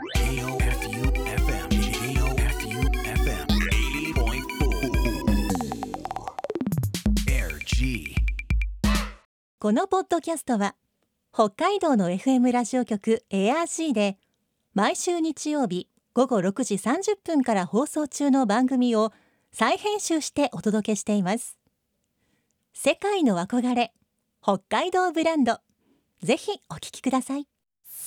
J-O-F-U-F-M J-O-F-U-F-M 80.4 Air G。 このポッドキャストは北海道の FM ラジオ局 ARC で毎週日曜日午後6時30分から放送中の番組を再編集してお届けしています。世界の憧れ北海道ブランド、ぜひお聞きください。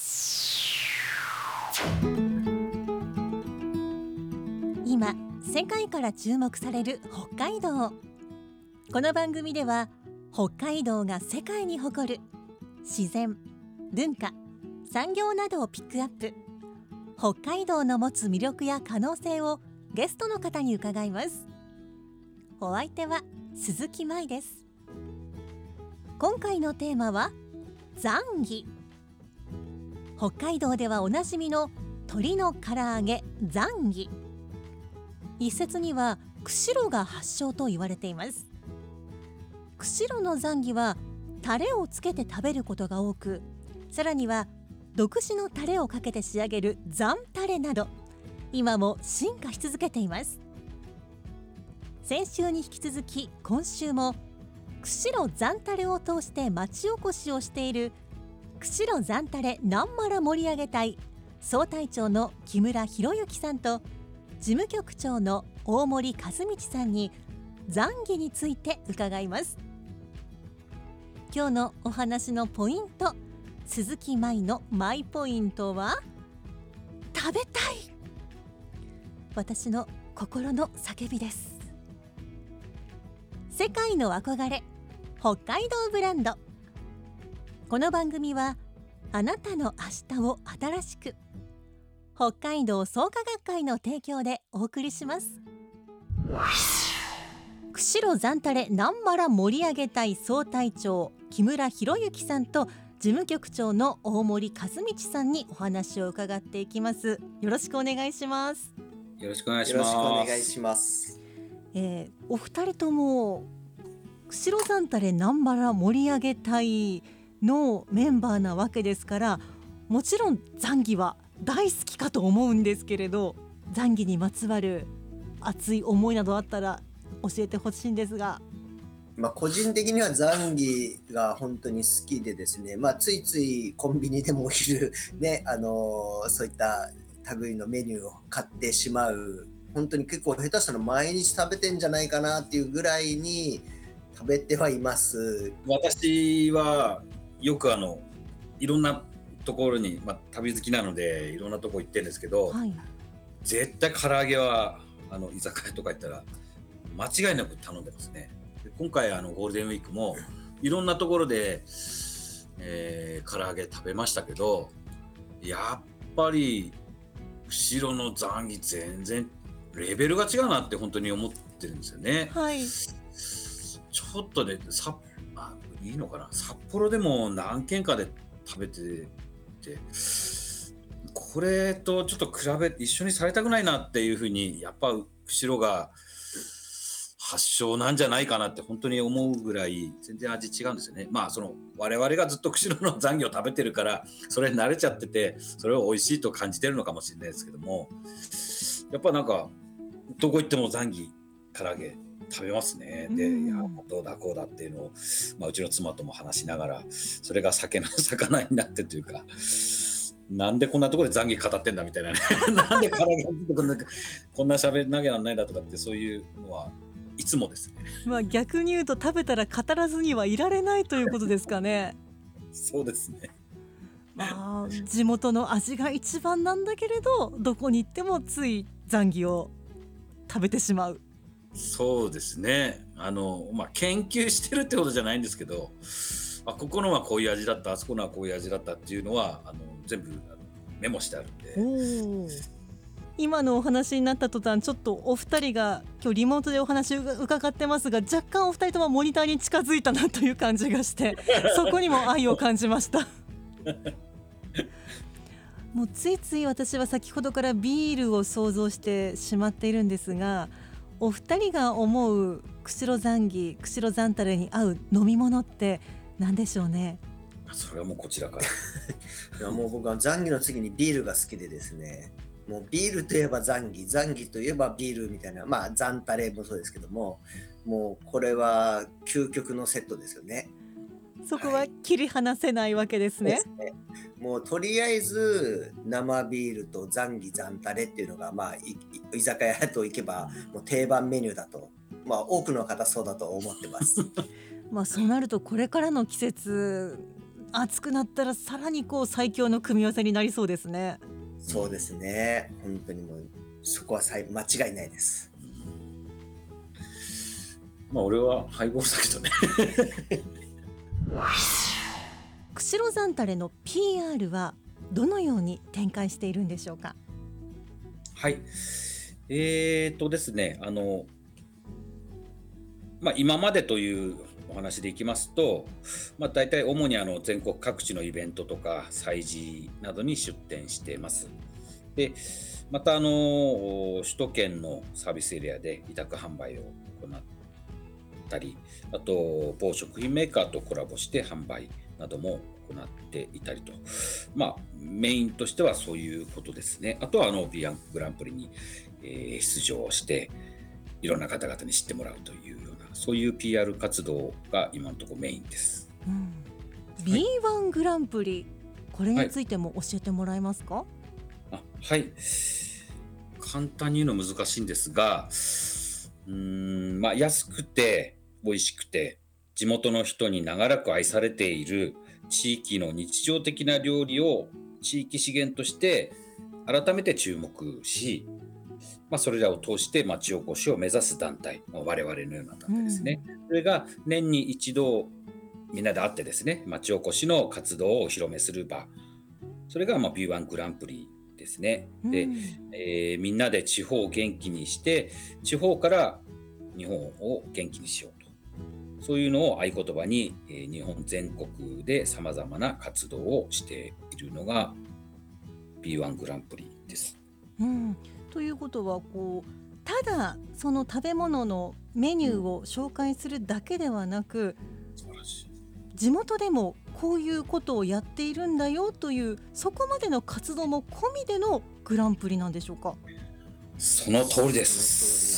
今世界から注目される北海道。この番組では北海道が世界に誇る自然、文化、産業などをピックアップ。北海道の持つ魅力や可能性をゲストの方に伺います。お相手は鈴木舞です。今回のテーマはザンギ。北海道ではおなじみの鶏の唐揚げザンギ。一説には釧路が発祥と言われています。釧路のザンギはタレをつけて食べることが多く、さらには独自のタレをかけて仕上げるザンタレなど、今も進化し続けています。先週に引き続き今週も釧路ザンタレを通して町おこしをしている釧路ザンタレなんまら盛り上げ隊総隊長の木村博之さんと事務局長の大森和道さんにザンギについて伺います。今日のお話のポイント、鈴木舞のマイポイントは食べたい、私の心の叫びです。世界の憧れ北海道ブランド。この番組はあなたの明日を新しく、北海道創価学会の提供でお送りします。釧路ザンタレなんまら盛り上げ隊総隊長木村博之さんと事務局長の大森和道さんにお話を伺っていきます。よろしくお願いします。 よろしくお願いします。 よろしくお願いします。 お二人とも釧路ザンタレなんまら盛り上げ隊のメンバーなわけですから、もちろんザンギは大好きかと思うんですけれど、ザンギにまつわる熱い思いなどあったら教えてほしいんですが。 個人的にはザンギが本当に好きでですね、ついついコンビニでもお昼ね、そういった類のメニューを買ってしまう、本当に結構下手したら毎日食べてんじゃないかなっていうぐらいに食べてはいます。 私はよくいろんなところに、旅好きなのでいろんなとこ行ってるんですけど、 はい、 絶対唐揚げは居酒屋とか行ったら間違いなく頼んでますね。で今回ゴールデンウィークもいろんなところで、唐揚げ食べましたけど、やっぱり釧路のザンギ全然レベルが違うなって本当に思ってるんですよね。 はい、 ちょっとね、いいのかな、札幌でも何軒かで食べてて、これとちょっと一緒にされたくないなっていうふうに、やっぱ釧路が発祥なんじゃないかなって本当に思うぐらい全然味違うんですよね。我々がずっと釧路のザンギを食べてるからそれに慣れちゃってて、それを美味しいと感じてるのかもしれないですけども、やっぱなんかどこ行ってもザンギ唐揚げ食べますね。で、どうだこうだっていうのを、うちの妻とも話しながら、それが酒の魚になってというか、なんでこんなところでザンギ語ってんだみたいなねなんで唐揚げこんな喋んなきゃなんないんだとかって、そういうのはいつもですね。 逆に言うと食べたら語らずにはいられないということですかね。 そうですね。 地元の味が一番なんだけれど、どこに行ってもついザンギを食べてしまう。 そうですね。研究してるってことじゃないんですけど、ここのはこういう味だった、あそこのはこういう味だったっていうのは全部メモしてあるんで。 今のお話になった途端、ちょっとお二人が今日リモートでお話を伺ってますが、若干お二人ともモニターに近づいたなという感じがしてそこにも愛を感じましたもうついつい私は先ほどからビールを想像してしまっているんですが、お二人が思う釧路ザンギ、釧路ザンタレに合う飲み物って何でしょうね。 それはもうこちらから。 いやもう僕はザンギの次にビールが好きでですね、もうビールといえばザンギ、ザンギといえばビールみたいな、まあザンタレもそうですけども、もうこれは究極のセットですよね。 そこは切り離せないわけですね。 そうですね。もうとりあえず生ビールとザンギザンタレっていうのが、まあ居酒屋と行けばもう定番メニューだと、まあ多くの方そうだと思ってます。 まあそうなるとこれからの季節暑くなったらさらにこう最強の組み合わせになりそうですね。 そうですね。本当にもうそこは間違いないです。 まあ俺はハイボールだけどね。 釧路ザンタレの PR はどのように展開しているんでしょうか。 はい。ですね、まあ、今までというお話でいきますと、まあ、大体主に全国各地のイベントとか催事などに出展しています。で、また首都圏のサービスエリアで委託販売を行ったり、あと某食品メーカーとコラボして販売なども行っていたりと、まあメインとしてはそういうことですね。あとはB1グランプリに、出場していろんな方々に知ってもらうというような、そういう PR 活動が今のところメインです。 B1 グランプリ、これについても教えてもらえますか。 はい、簡単に言うの難しいんですが、まあ、安くて美味しくて地元の人に長らく愛されている地域の日常的な料理を地域資源として改めて注目し、まあ、それらを通して町おこしを目指す団体、我々のような団体ですね、それが年に一度みんなで会ってですね、町おこしの活動をお披露目する場、それがまあ B1 グランプリですね。で、みんなで地方を元気にして地方から日本を元気にしようと、そういうのを合言葉に、日本全国でさまざまな活動をしているのが B1 グランプリです。 ということはこうただその食べ物のメニューを紹介するだけではなく、地元でもこういうことをやっているんだよというそこまでの活動も込みでのグランプリなんでしょうか。 その通りです。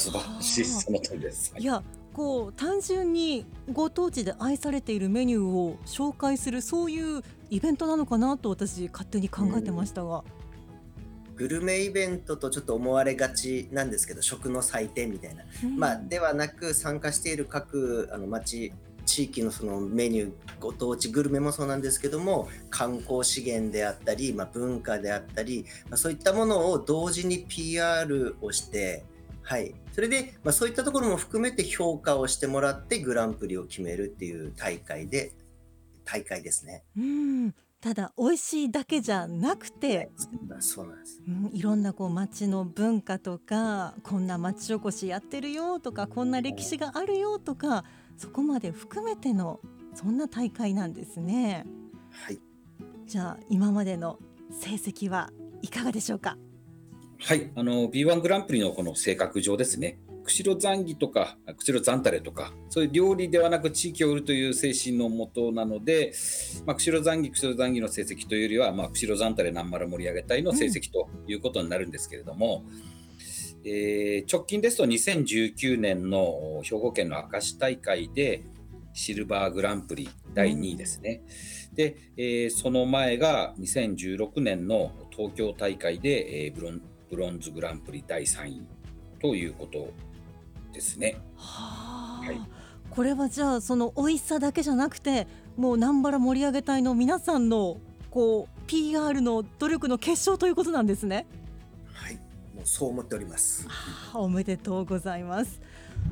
素晴らしい、その通りです。 いや、こう単純にご当地で愛されているメニューを紹介するそういうイベントなのかなと私勝手に考えてましたが、 グルメイベントとちょっと思われがちなんですけど、食の祭典みたいな、まあではなく、参加している各町地域のそのメニュー、ご当地グルメもそうなんですけども、観光資源であったり、まあ、文化であったり、まあ、そういったものを同時に PR をして、はい、それで、まあ、そういったところも含めて評価をしてもらってグランプリを決めるっていう大会ですね。 ただ美味しいだけじゃなくて、 そうなんです、 いろんなこう町の文化とか、こんな町おこしやってるよとか、こんな歴史があるよとか、そこまで含めてのそんな大会なんですね。 はい。 じゃあ今までの成績はいかがでしょうか。 はい、B1 グランプリのこの性格上ですね、釧路ザンギとか釧路ザンタレとか、そういう料理ではなく地域を売るという精神のもとなので、まあ、釧路ザンギの成績というよりは、まあ、釧路ザンタレなんまら盛り上げ隊の成績ということになるんですけれども、直近ですと2019年の兵庫県の明石大会でシルバーグランプリ第2位ですね。で、その前が2016年の東京大会で、ブロンズグランプリ第3位ということですね。 はい、これはじゃあその美味しさだけじゃなくて、もう南原盛り上げ隊の皆さんのこう PR の努力の結晶ということなんですね。 はい、もうそう思っております。 おめでとうございます。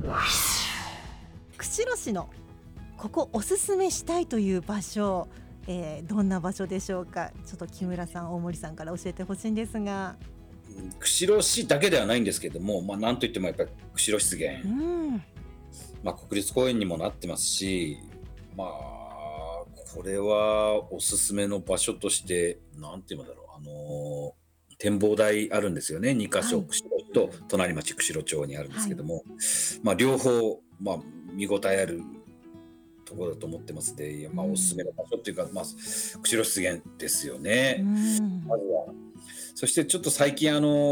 釧路市のここおすすめしたいという場所、どんな場所でしょうか。ちょっと木村さん、大森さんから教えてほしいんですが。 釧路市だけではないんですけども、まあ、なんといってもやっぱり釧路湿原、まあ、国立公園にもなってますし、まあ、これはおすすめの場所としてなんていうんだろう、展望台あるんですよね。2カ所、釧路と隣町釧路町にあるんですけども、まあ、両方、まあ、見応えあるところだと思ってますので、おすすめの場所っていうか、釧路湿原ですよね。まずは。そしてちょっと最近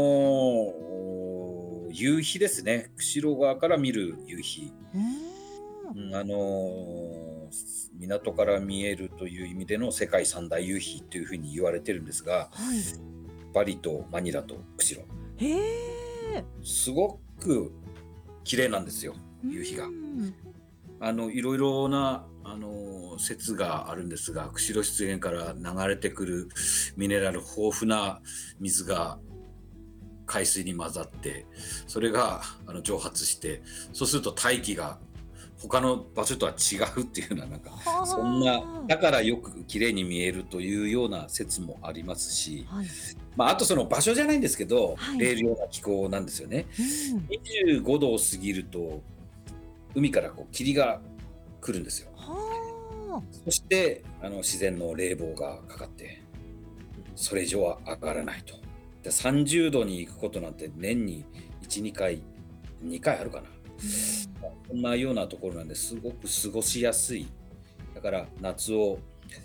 夕日ですね。釧路側から見る夕日。港から見えるという意味での世界三大夕日というふうに言われてるんですが、バリとマニラと釧路、すごく綺麗なんですよ、夕日が。いろいろな説があるんですが、釧路湿原から流れてくるミネラル豊富な水が海水に混ざって、それが蒸発して、そうすると大気が他の場所とは違うっていうような、そんな、だからよく綺麗に見えるというような説もありますし、あとその場所じゃないんですけど、冷涼な気候なんですよね。25度を過ぎると海から霧が来るんですよ。そして自然の冷房がかかって、それ以上は上がらないと。で30度に行くことなんて年に 1,2 回2回あるかな。こんなようなところなんですごく過ごしやすい。だから夏を、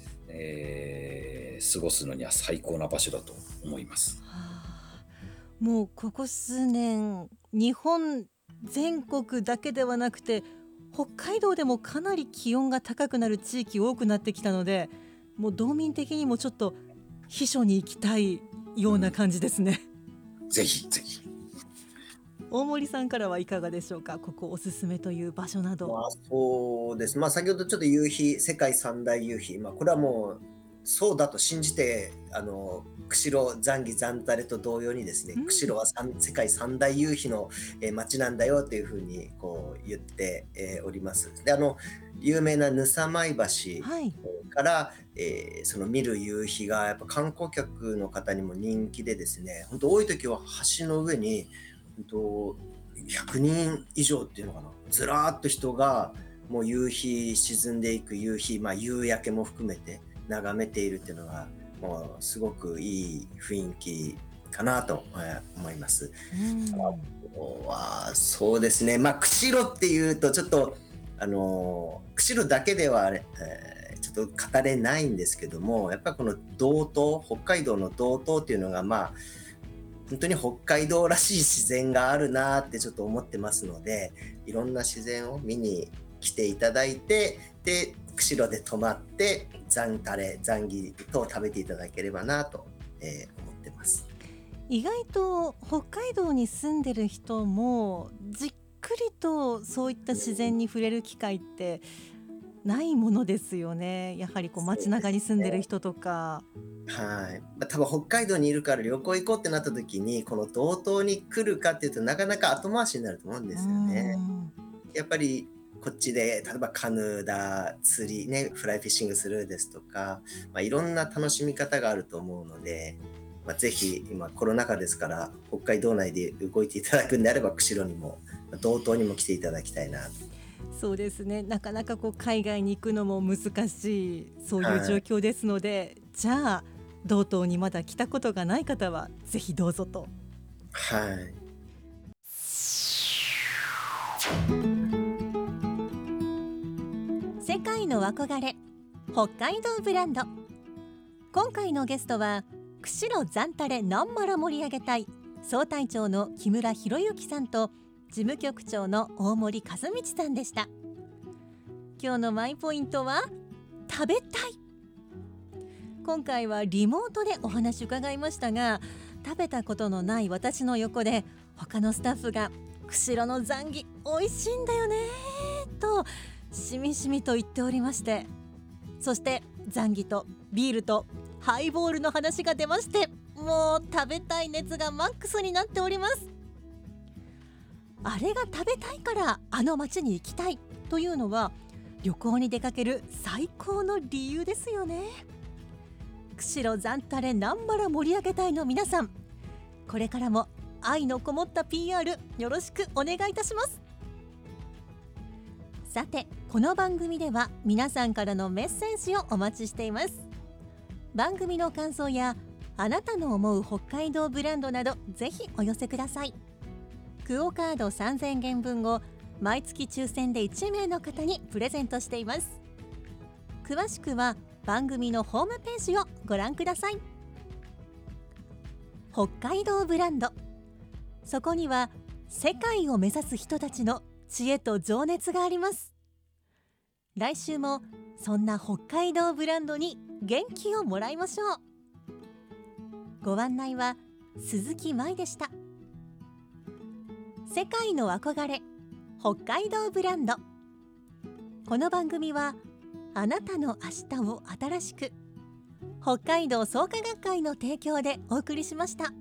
過ごすのには最高な場所だと思います。 もうここ数年、日本全国だけではなくて北海道でもかなり気温が高くなる地域多くなってきたので、もう道民的にもちょっと避暑に行きたいような感じですね。 ぜひぜひ。 大森さんからはいかがでしょうか。ここおすすめという場所など。 そうです。先ほどちょっと夕日、世界三大夕日、これはもうそうだと信じて、釧路、ザンギ、ザンタレと同様にですね、釧路は世界三大夕日の町なんだよというふうに言っております。で、有名なぬさまい橋から、その見る夕日がやっぱ観光客の方にも人気でですね、本当多い時は橋の上に100人以上っていうのかな、ずらーっと人がもう夕日沈んでいく夕日、夕焼けも含めて眺めているっていうのがもうすごくいい雰囲気かなと思います。そうですね、釧路っていうとちょっと釧路だけではちょっと語れないんですけども、やっぱりこの道東、北海道の道東っていうのが本当に北海道らしい自然があるなってちょっと思ってますので、いろんな自然を見に来ていただいて、で釧路で泊まってザンタレ、ザンギと食べていただければなと、思ってます。 意外と北海道に住んでる人もじっくりとそういった自然に触れる機会ってないものですよね。やはり街中に住んでる人とか、多分北海道にいるから旅行行こうってなった時にこの道東に来るかっていうとなかなか後回しになると思うんですよね。やっぱりこっちで例えばカヌーだ、釣りね、フライフィッシングするですとか、いろんな楽しみ方があると思うので、ぜひ今コロナ禍ですから北海道内で動いていただくんであれば釧路にも道東にも来ていただきたいなと。そうですね、なかなか海外に行くのも難しい、そういう状況ですので、じゃあ道東にまだ来たことがない方はぜひどうぞと。世界の憧れ北海道ブランド。今回のゲストは釧路ザンタレなんまら盛り上げ隊総隊長の木村博之さんと事務局長の大森和道さんでした。今日のマイポイントは食べたい。今回はリモートでお話伺いましたが、食べたことのない私の横で他のスタッフが釧路のザンギ美味しいんだよねとしみしみと言っておりまして、そしてザンギとビールとハイボールの話が出まして、もう食べたい熱がマックスになっております。あれが食べたいからあの町に行きたいというのは旅行に出かける最高の理由ですよね。釧路ザンタレなんまら盛り上げ隊の皆さん、これからも愛のこもった PR よろしくお願いいたします。さて、この番組では皆さんからのメッセージをお待ちしています。番組の感想やあなたの思う北海道ブランドなどぜひお寄せください。クオカード3000元分を毎月抽選で1名の方にプレゼントしています。 詳しくは番組のホームページをご覧ください。北海道ブランド、そこには世界を目指す人たちの知恵と情熱があります。来週もそんな北海道ブランドに元気をもらいましょう。ご案内は鈴木舞でした。世界の憧れ、北海道ブランド。この番組はあなたの明日を新しく、北海道創価学会の提供でお送りしました。